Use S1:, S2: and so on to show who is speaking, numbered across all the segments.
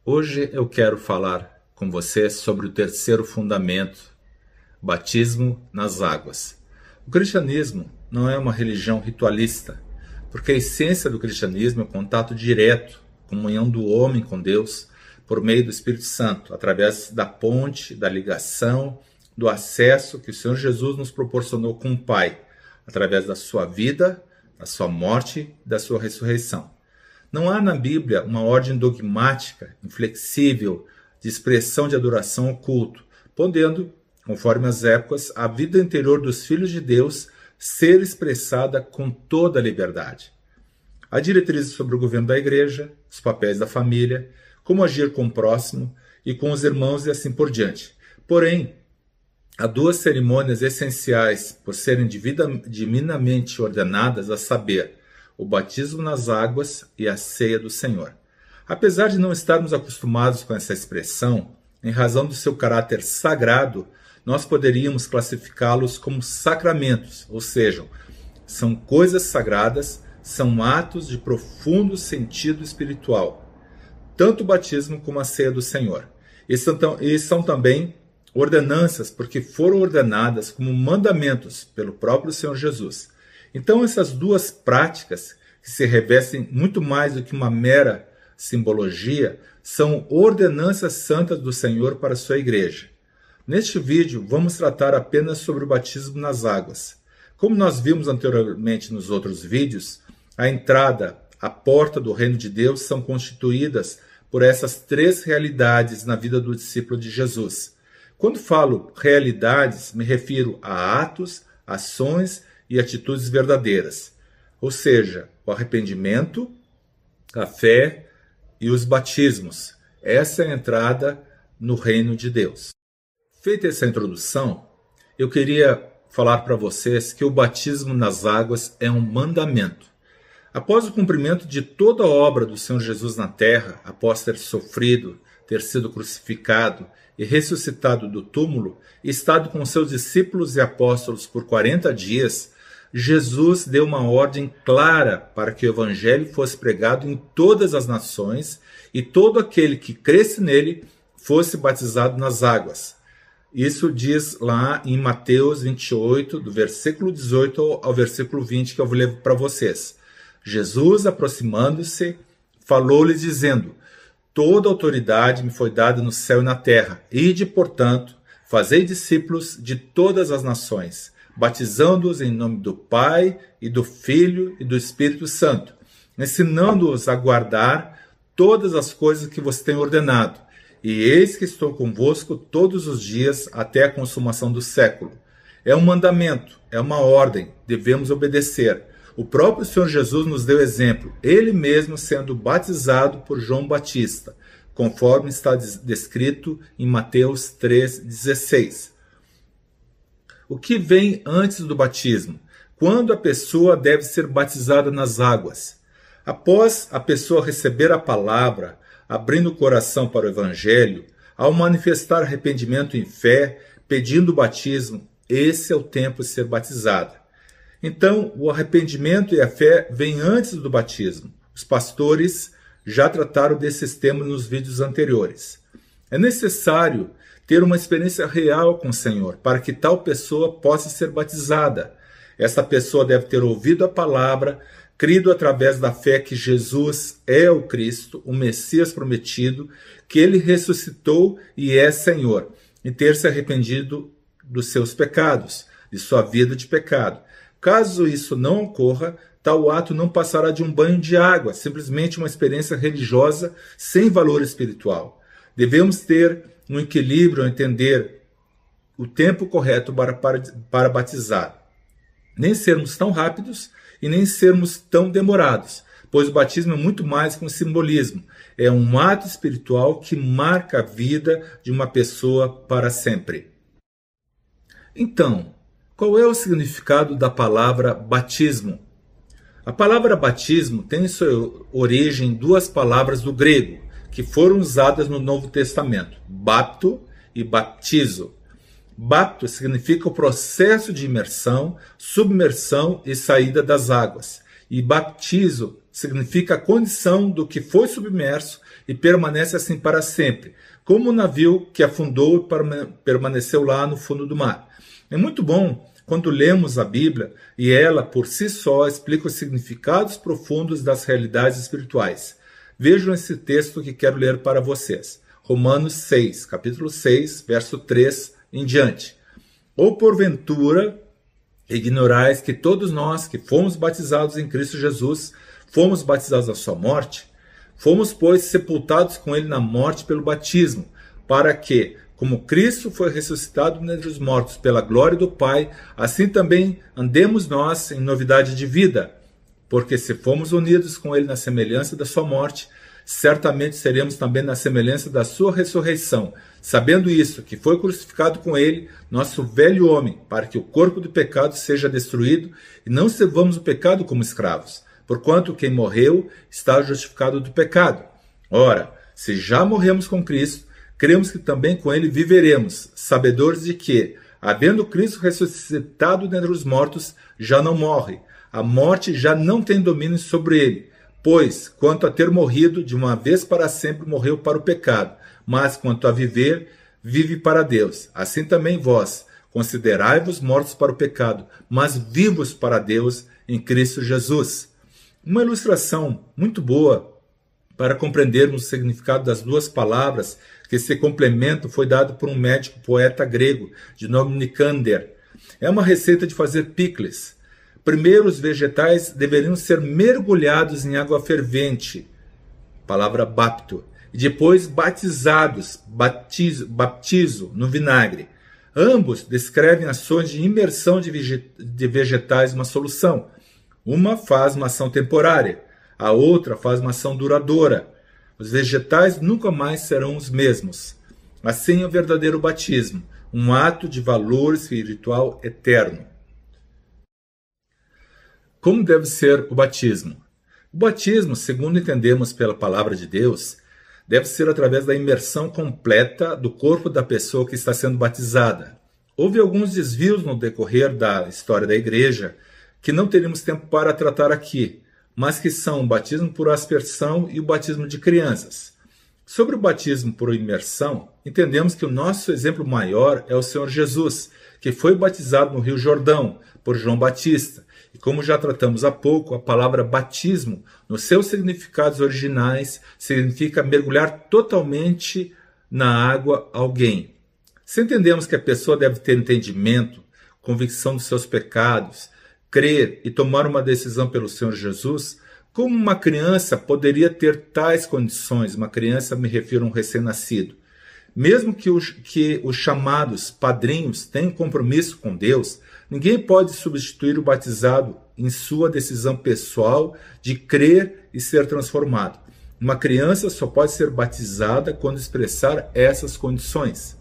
S1: Hoje eu quero falar com você sobre o terceiro fundamento, batismo nas águas. O cristianismo não é uma religião ritualista, porque a essência do cristianismo é o contato direto, comunhão do homem com Deus, por meio do Espírito Santo, através da ponte, da ligação, do acesso que o Senhor Jesus nos proporcionou com o Pai, através da sua vida, da sua morte e da sua ressurreição. Não há na Bíblia uma ordem dogmática, inflexível, de expressão de adoração ao culto, podendo, conforme as épocas, a vida interior dos filhos de Deus ser expressada com toda a liberdade. Há diretrizes sobre o governo da igreja, os papéis da família, como agir com o próximo e com os irmãos e assim por diante. Porém, há duas cerimônias essenciais por serem divinamente ordenadas, a saber, o batismo nas águas e a ceia do Senhor. Apesar de não estarmos acostumados com essa expressão, em razão do seu caráter sagrado, nós poderíamos classificá-los como sacramentos, ou seja, são coisas sagradas, são atos de profundo sentido espiritual, tanto o batismo como a ceia do Senhor. E são também ordenanças, porque foram ordenadas como mandamentos pelo próprio Senhor Jesus. Então essas duas práticas, que se revestem muito mais do que uma mera simbologia, são ordenanças santas do Senhor para a sua igreja. Neste vídeo, vamos tratar apenas sobre o batismo nas águas. Como nós vimos anteriormente nos outros vídeos, a entrada, a porta do reino de Deus são constituídas por essas três realidades na vida do discípulo de Jesus. Quando falo realidades, me refiro a atos, ações e atitudes verdadeiras, ou seja, o arrependimento, a fé e os batismos. Essa é a entrada no reino de Deus. Feita essa introdução, eu queria falar para vocês que o batismo nas águas é um mandamento. Após o cumprimento de toda a obra do Senhor Jesus na terra, após ter sofrido, ter sido crucificado e ressuscitado do túmulo, e estado com seus discípulos e apóstolos por 40 dias, Jesus deu uma ordem clara para que o evangelho fosse pregado em todas as nações e todo aquele que cresce nele fosse batizado nas águas. Isso diz lá em Mateus 28, do versículo 18 ao versículo 20, que eu vou ler para vocês. Jesus, aproximando-se, falou-lhe dizendo: toda autoridade me foi dada no céu e na terra. Ide, portanto, fazei discípulos de todas as nações, batizando-os em nome do Pai, e do Filho, e do Espírito Santo, ensinando-os a guardar todas as coisas que vos tenho ordenado. E eis que estou convosco todos os dias até a consumação do século. É um mandamento, é uma ordem, devemos obedecer. O próprio Senhor Jesus nos deu exemplo, ele mesmo sendo batizado por João Batista, conforme está descrito em Mateus 3,16. O que vem antes do batismo? Quando a pessoa deve ser batizada nas águas? Após a pessoa receber a palavra, abrindo o coração para o evangelho, ao manifestar arrependimento em fé, pedindo o batismo, esse é o tempo de ser batizada. Então, o arrependimento e a fé vêm antes do batismo. Os pastores já trataram desses temas nos vídeos anteriores. É necessário ter uma experiência real com o Senhor para que tal pessoa possa ser batizada. Essa pessoa deve ter ouvido a palavra, crido através da fé que Jesus é o Cristo, o Messias prometido, que ele ressuscitou e é Senhor, e ter se arrependido dos seus pecados, de sua vida de pecado. Caso isso não ocorra, tal ato não passará de um banho de água, simplesmente uma experiência religiosa sem valor espiritual. Devemos ter um equilíbrio ao entender o tempo correto para batizar. Nem sermos tão rápidos e nem sermos tão demorados, pois o batismo é muito mais que um simbolismo. É um ato espiritual que marca a vida de uma pessoa para sempre. Então, qual é o significado da palavra batismo? A palavra batismo tem sua origem em duas palavras do grego, que foram usadas no Novo Testamento, bapto e baptizo. Bapto significa o processo de imersão, submersão e saída das águas. e baptizo significa a condição do que foi submerso e permanece assim para sempre, como o navio que afundou e permaneceu lá no fundo do mar. É muito bom quando lemos a Bíblia e ela, por si só, explica os significados profundos das realidades espirituais. Vejam esse texto que quero ler para vocês. Romanos 6, capítulo 6, verso 3 em diante. Ou porventura ignorais que todos nós que fomos batizados em Cristo Jesus, fomos batizados na sua morte? Fomos, pois, sepultados com ele na morte pelo batismo, para que, como Cristo foi ressuscitado dentre os mortos pela glória do Pai, assim também andemos nós em novidade de vida. Porque se fomos unidos com ele na semelhança da sua morte, certamente seremos também na semelhança da sua ressurreição, sabendo isso, que foi crucificado com ele, nosso velho homem, para que o corpo do pecado seja destruído e não servamos o pecado como escravos, porquanto quem morreu está justificado do pecado. Ora, se já morremos com Cristo, cremos que também com ele viveremos, sabedores de que, havendo Cristo ressuscitado dentre os mortos, já não morre. A morte já não tem domínio sobre ele, pois, quanto a ter morrido, de uma vez para sempre morreu para o pecado, mas quanto a viver, vive para Deus. Assim também vós, considerai-vos mortos para o pecado, mas vivos para Deus em Cristo Jesus. Uma ilustração muito boa para compreendermos o significado das duas palavras que se complementam foi dado por um médico poeta grego de nome Nicander. É uma receita de fazer picles. Primeiro, os vegetais deveriam ser mergulhados em água fervente, palavra bapto, e depois batizados, baptizo, no vinagre. Ambos descrevem ações de imersão de vegetais numa solução. Uma faz uma ação temporária, a outra faz uma ação duradoura. Os vegetais nunca mais serão os mesmos. Assim é o verdadeiro batismo, um ato de valor espiritual eterno. Como deve ser o batismo? O batismo, segundo entendemos pela palavra de Deus, deve ser através da imersão completa do corpo da pessoa que está sendo batizada. Houve alguns desvios no decorrer da história da igreja que não teríamos tempo para tratar aqui, mas que são o batismo por aspersão e o batismo de crianças. Sobre o batismo por imersão, entendemos que o nosso exemplo maior é o Senhor Jesus, que foi batizado no Rio Jordão por João Batista. E como já tratamos há pouco, a palavra batismo, nos seus significados originais, significa mergulhar totalmente na água alguém. Se entendemos que a pessoa deve ter entendimento, convicção dos seus pecados, crer e tomar uma decisão pelo Senhor Jesus, como uma criança poderia ter tais condições? Uma criança, me refiro a um recém-nascido. Mesmo que os chamados padrinhos tenham compromisso com Deus, ninguém pode substituir o batizado em sua decisão pessoal de crer e ser transformado. Uma criança só pode ser batizada quando expressar essas condições.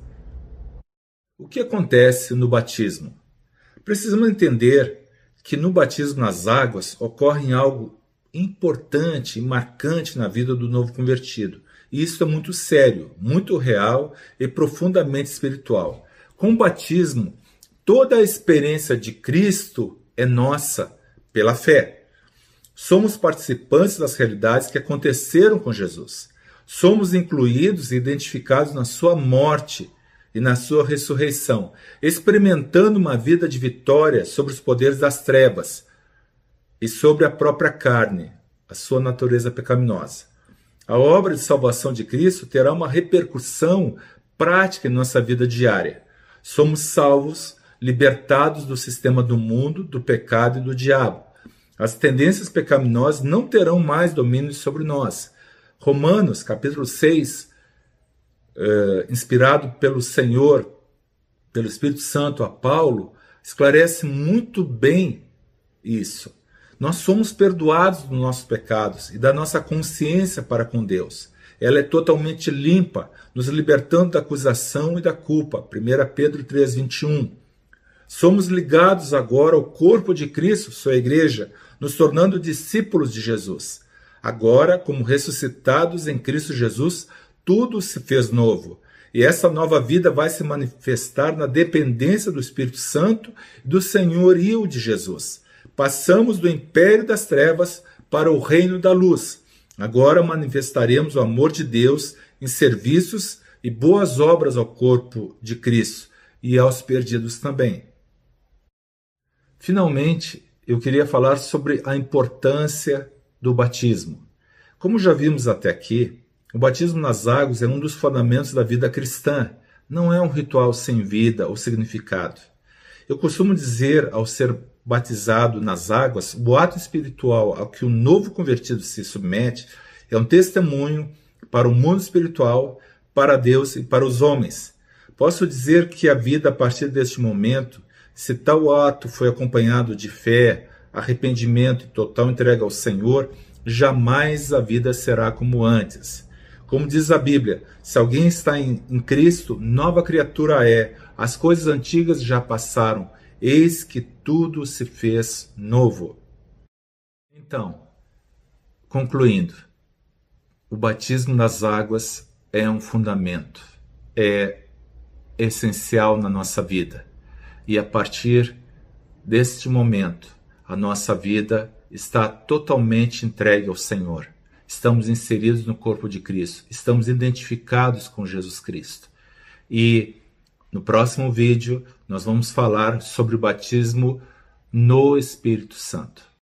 S1: O que acontece no batismo? Precisamos entender que no batismo nas águas ocorre algo importante e marcante na vida do novo convertido. E isso é muito sério, muito real e profundamente espiritual. Com o batismo, toda a experiência de Cristo é nossa pela fé. Somos participantes das realidades que aconteceram com Jesus. Somos incluídos e identificados na sua morte e na sua ressurreição, experimentando uma vida de vitória sobre os poderes das trevas e sobre a própria carne, a sua natureza pecaminosa. A obra de salvação de Cristo terá uma repercussão prática em nossa vida diária. Somos salvos, libertados do sistema do mundo, do pecado e do diabo. As tendências pecaminosas não terão mais domínio sobre nós. Romanos, capítulo 6, inspirado pelo Senhor, pelo Espírito Santo a Paulo, esclarece muito bem isso. Nós somos perdoados dos nossos pecados e da nossa consciência para com Deus. Ela é totalmente limpa, nos libertando da acusação e da culpa. 1 Pedro 3:21. Somos ligados agora ao corpo de Cristo, sua igreja, nos tornando discípulos de Jesus. Agora, como ressuscitados em Cristo Jesus, tudo se fez novo. E essa nova vida vai se manifestar na dependência do Espírito Santo e do senhorio de Jesus. passamos do império das trevas para o reino da luz. Agora manifestaremos o amor de Deus em serviços e boas obras ao corpo de Cristo e aos perdidos também. Finalmente, eu queria falar sobre a importância do batismo. Como já vimos até aqui, o batismo nas águas é um dos fundamentos da vida cristã. Não é um ritual sem vida ou significado. Eu costumo dizer, ao ser batizado nas águas, o ato espiritual ao que o novo convertido se submete é um testemunho para o mundo espiritual, para Deus e para os homens. Posso dizer que a vida a partir deste momento, se tal ato foi acompanhado de fé, arrependimento e total entrega ao Senhor, jamais a vida será como antes. Como diz a Bíblia, se alguém está em Cristo, nova criatura é. As coisas antigas já passaram, eis que tudo se fez novo. Então, concluindo, o batismo nas águas é um fundamento, é essencial na nossa vida. E a partir deste momento, a nossa vida está totalmente entregue ao Senhor. Estamos inseridos no corpo de Cristo, estamos identificados com Jesus Cristo. E no próximo vídeo nós vamos falar sobre o batismo no Espírito Santo.